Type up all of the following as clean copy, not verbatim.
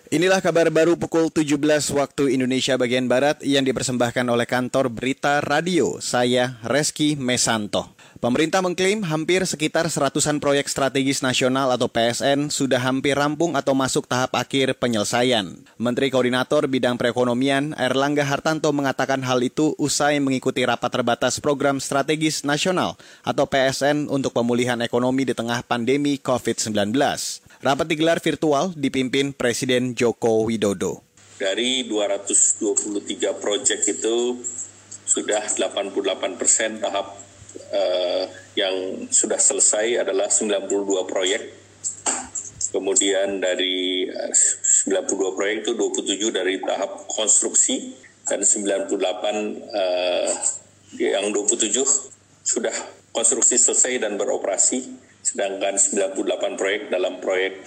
Inilah kabar baru pukul 17 waktu Indonesia bagian Barat yang dipersembahkan oleh kantor Berita Radio. Saya Reski Mesanto. Pemerintah mengklaim hampir sekitar seratusan proyek strategis nasional atau PSN sudah hampir rampung atau masuk tahap akhir penyelesaian. Menteri Koordinator Bidang Perekonomian Airlangga Hartanto mengatakan hal itu usai mengikuti rapat terbatas Program Strategis Nasional atau PSN untuk pemulihan ekonomi di tengah pandemi COVID-19. Rapat digelar virtual dipimpin Presiden Joko Widodo. Dari 223 proyek itu sudah 88% tahap yang sudah selesai adalah 92 proyek. Kemudian dari 92 proyek itu 27 dari tahap konstruksi dan 98 yang 27 sudah konstruksi selesai dan beroperasi. Sedangkan 98 proyek dalam proyek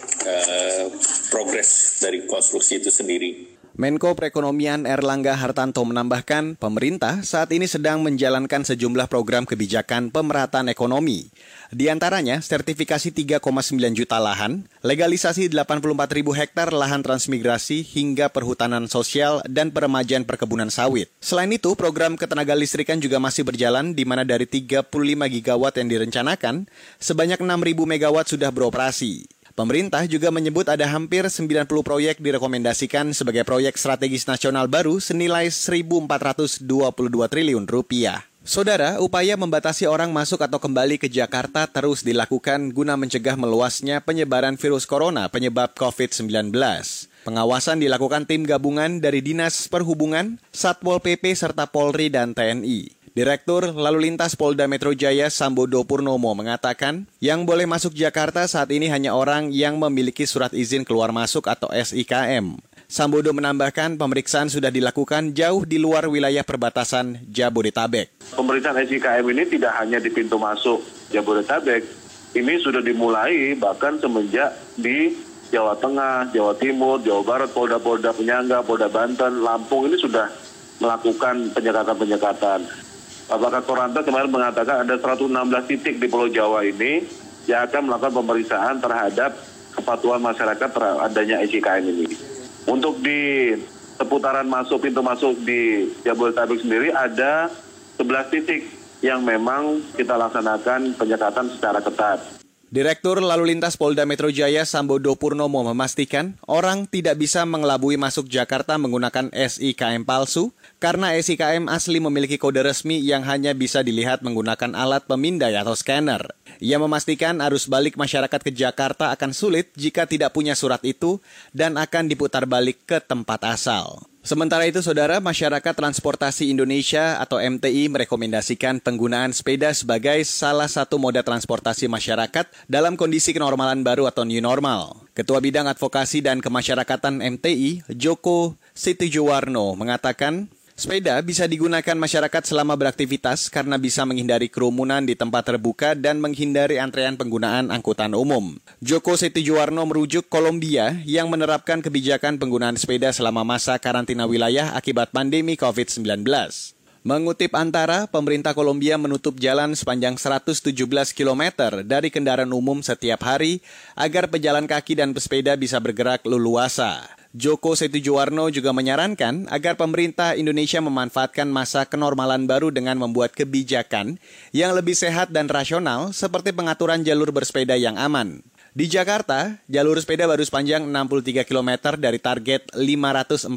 progres dari konstruksi itu sendiri. Menko Perekonomian Airlangga Hartanto menambahkan, pemerintah saat ini sedang menjalankan sejumlah program kebijakan pemerataan ekonomi. Di antaranya, sertifikasi 3,9 juta lahan, legalisasi 84.000 hektar lahan transmigrasi hingga perhutanan sosial dan peremajaan perkebunan sawit. Selain itu, program ketenagalistrikan juga masih berjalan di mana dari 35 gigawatt yang direncanakan, sebanyak 6.000 megawatt sudah beroperasi. Pemerintah juga menyebut ada hampir 90 proyek direkomendasikan sebagai proyek strategis nasional baru senilai 1.422 triliun rupiah. Saudara, upaya membatasi orang masuk atau kembali ke Jakarta terus dilakukan guna mencegah meluasnya penyebaran virus corona penyebab COVID-19. Pengawasan dilakukan tim gabungan dari Dinas Perhubungan, Satpol PP, serta Polri dan TNI. Direktur Lalu Lintas Polda Metro Jaya Sambodo Purnomo mengatakan, yang boleh masuk Jakarta saat ini hanya orang yang memiliki surat izin keluar masuk atau SIKM. Sambodo menambahkan pemeriksaan sudah dilakukan jauh di luar wilayah perbatasan Jabodetabek. Pemeriksaan SIKM ini tidak hanya di pintu masuk Jabodetabek, ini sudah dimulai bahkan semenjak di Jawa Tengah, Jawa Timur, Jawa Barat, Polda-Polda penyangga, Polda Banten, Lampung ini sudah melakukan penyekatan-penyekatan. Bapak Korlantas kemarin mengatakan ada 116 titik di Pulau Jawa ini yang akan melakukan pemeriksaan terhadap kepatuhan masyarakat terhadap adanya SIKM ini. Untuk di seputaran masuk, pintu masuk di Jabodetabek sendiri ada 11 titik yang memang kita laksanakan penyekatan secara ketat. Direktur Lalu Lintas Polda Metro Jaya Sambodo Purnomo memastikan orang tidak bisa mengelabui masuk Jakarta menggunakan SIKM palsu karena SIKM asli memiliki kode resmi yang hanya bisa dilihat menggunakan alat pemindai atau scanner. Ia memastikan arus balik masyarakat ke Jakarta akan sulit jika tidak punya surat itu dan akan diputar balik ke tempat asal. Sementara itu, Saudara, Masyarakat Transportasi Indonesia atau MTI merekomendasikan penggunaan sepeda sebagai salah satu moda transportasi masyarakat dalam kondisi kenormalan baru atau new normal. Ketua Bidang Advokasi dan Kemasyarakatan MTI, Joko Setijowarno, mengatakan, sepeda bisa digunakan masyarakat selama beraktivitas karena bisa menghindari kerumunan di tempat terbuka dan menghindari antrean penggunaan angkutan umum. Joko Setijowarno merujuk Kolombia yang menerapkan kebijakan penggunaan sepeda selama masa karantina wilayah akibat pandemi COVID-19. Mengutip Antara, pemerintah Kolombia menutup jalan sepanjang 117 km dari kendaraan umum setiap hari agar pejalan kaki dan pesepeda bisa bergerak leluasa. Joko Setijowarno juga menyarankan agar pemerintah Indonesia memanfaatkan masa kenormalan baru dengan membuat kebijakan yang lebih sehat dan rasional seperti pengaturan jalur bersepeda yang aman. Di Jakarta, jalur sepeda baru sepanjang 63 km dari target 545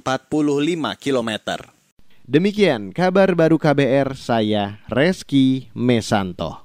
km. Demikian kabar baru KBR, saya Reski Mesanto.